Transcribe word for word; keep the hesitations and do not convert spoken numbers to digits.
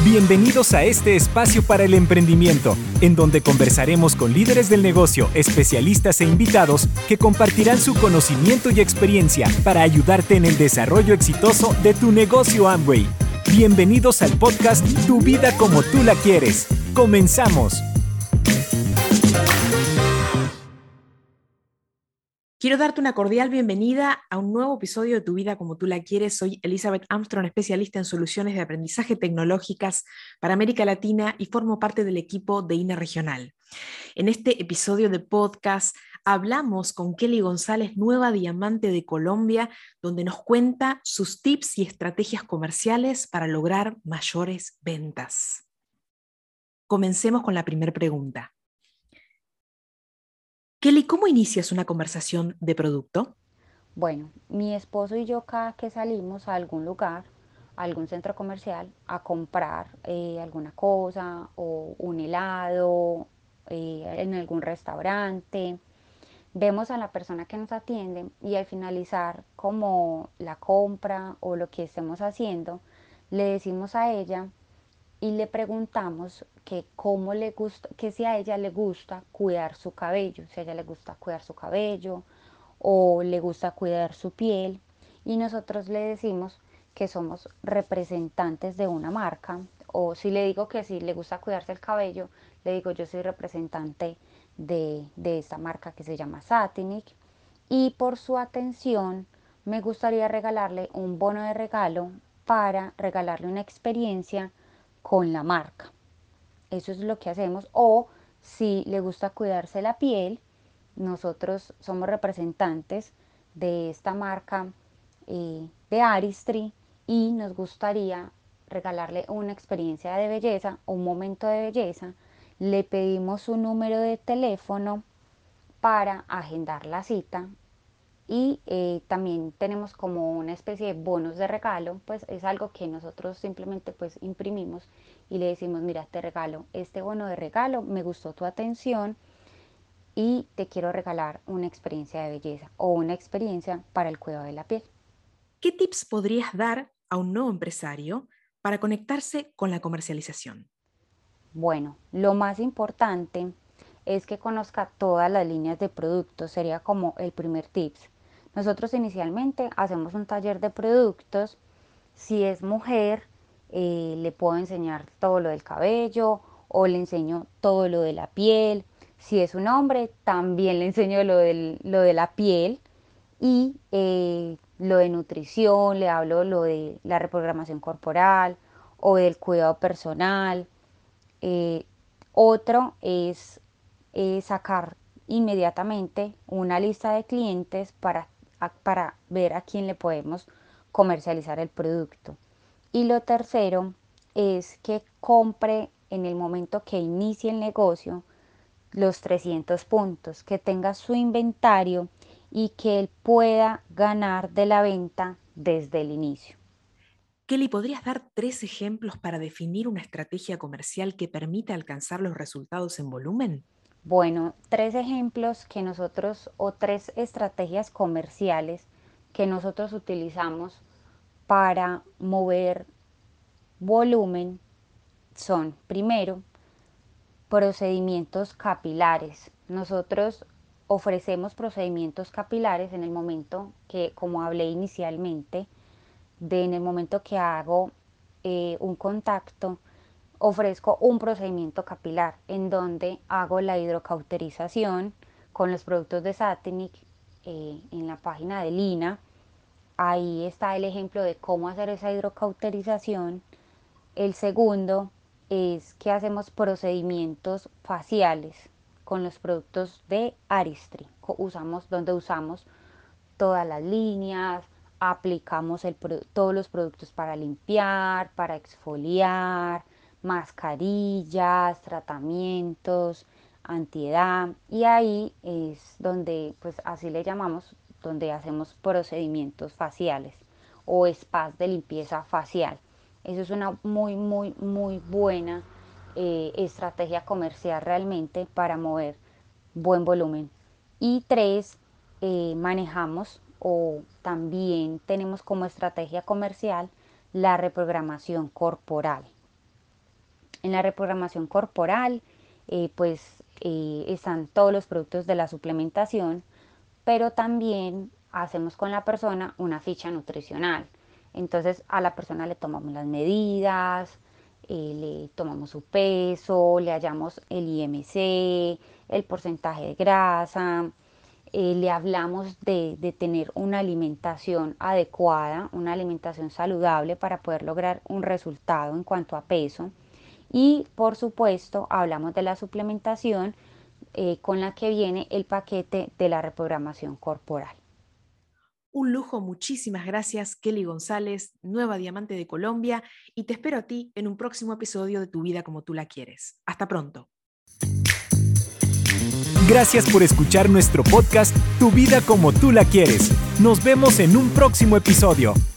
Bienvenidos a este espacio para el emprendimiento, en donde conversaremos con líderes del negocio, especialistas e invitados que compartirán su conocimiento y experiencia para ayudarte en el desarrollo exitoso de tu negocio Amway. Bienvenidos al podcast Tu vida como tú la quieres. ¡Comenzamos! Quiero darte una cordial bienvenida a un nuevo episodio de Tu vida como tú la quieres. Soy Elizabeth Armstrong, especialista en soluciones de aprendizaje tecnológicas para América Latina y formo parte del equipo de I N E Regional. En este episodio de podcast hablamos con Kelly González, nueva diamante de Colombia, donde nos cuenta sus tips y estrategias comerciales para lograr mayores ventas. Comencemos con la primera pregunta. Kelly, ¿cómo inicias una conversación de producto? Bueno, mi esposo y yo cada que salimos a algún lugar, a algún centro comercial, a comprar eh, alguna cosa o un helado eh, en algún restaurante, vemos a la persona que nos atiende y al finalizar como la compra o lo que estemos haciendo, le decimos a ella y le preguntamos que cómo le gusta, que si a ella le gusta cuidar su cabello, si a ella le gusta cuidar su cabello o le gusta cuidar su piel, y nosotros le decimos que somos representantes de una marca, o si le digo que si le gusta cuidarse el cabello, le digo yo soy representante de, de esta marca que se llama Satinic, y por su atención me gustaría regalarle un bono de regalo para regalarle una experiencia con la marca. Eso es lo que hacemos. O si le gusta cuidarse la piel, nosotros somos representantes de esta marca eh, de Aristry y nos gustaría regalarle una experiencia de belleza, un momento de belleza. Le pedimos su número de teléfono para agendar la cita y eh, también tenemos como una especie de bonos de regalo, pues es algo que nosotros simplemente pues imprimimos y le decimos, mira, te regalo este bono de regalo, me gustó tu atención y te quiero regalar una experiencia de belleza o una experiencia para el cuidado de la piel. ¿Qué tips podrías dar a un nuevo empresario para conectarse con la comercialización? Bueno, lo más importante es que conozca todas las líneas de productos, sería como el primer tips. Nosotros inicialmente hacemos un taller de productos. Si es mujer, eh, le puedo enseñar todo lo del cabello o le enseño todo lo de la piel. Si es un hombre, también le enseño lo, del, lo de la piel y eh, lo de nutrición, le hablo lo de la reprogramación corporal o del cuidado personal. Eh, Otro es eh, sacar inmediatamente una lista de clientes para, a, para ver a quién le podemos comercializar el producto. Y lo tercero es que compre en el momento que inicie el negocio los trescientos puntos, que tenga su inventario y que él pueda ganar de la venta desde el inicio. Kelly, ¿podrías dar tres ejemplos para definir una estrategia comercial que permita alcanzar los resultados en volumen? Bueno, tres ejemplos que nosotros o tres estrategias comerciales que nosotros utilizamos para mover volumen son, primero, procedimientos capilares. Nosotros ofrecemos procedimientos capilares en el momento que, como hablé inicialmente, de en el momento que hago eh, un contacto, ofrezco un procedimiento capilar en donde hago la hidrocauterización con los productos de Satinic eh, en la página de Lina. Ahí está el ejemplo de cómo hacer esa hidrocauterización. El segundo es que hacemos procedimientos faciales con los productos de Aristry. Usamos, donde usamos todas las líneas, aplicamos el, todos los productos para limpiar, para exfoliar, mascarillas, tratamientos, antiedad, y ahí es donde, pues así le llamamos, donde hacemos procedimientos faciales o spas de limpieza facial. Eso es una muy, muy, muy buena eh, estrategia comercial realmente para mover buen volumen. Y tres, eh, manejamos o también tenemos como estrategia comercial la reprogramación corporal. En la reprogramación corporal, eh, pues eh, están todos los productos de la suplementación, pero también hacemos con la persona una ficha nutricional. Entonces a la persona le tomamos las medidas, eh, le tomamos su peso, le hallamos el I M C, el porcentaje de grasa, eh, le hablamos de, de tener una alimentación adecuada, una alimentación saludable para poder lograr un resultado en cuanto a peso. Y por supuesto hablamos de la suplementación eh, con la que viene el paquete de la reprogramación corporal. Un lujo, muchísimas gracias Kelly González, nueva diamante de Colombia, y te espero a ti en un próximo episodio de Tu Vida Como Tú La Quieres. Hasta pronto. Gracias por escuchar nuestro podcast Tu Vida Como Tú La Quieres. Nos vemos en un próximo episodio.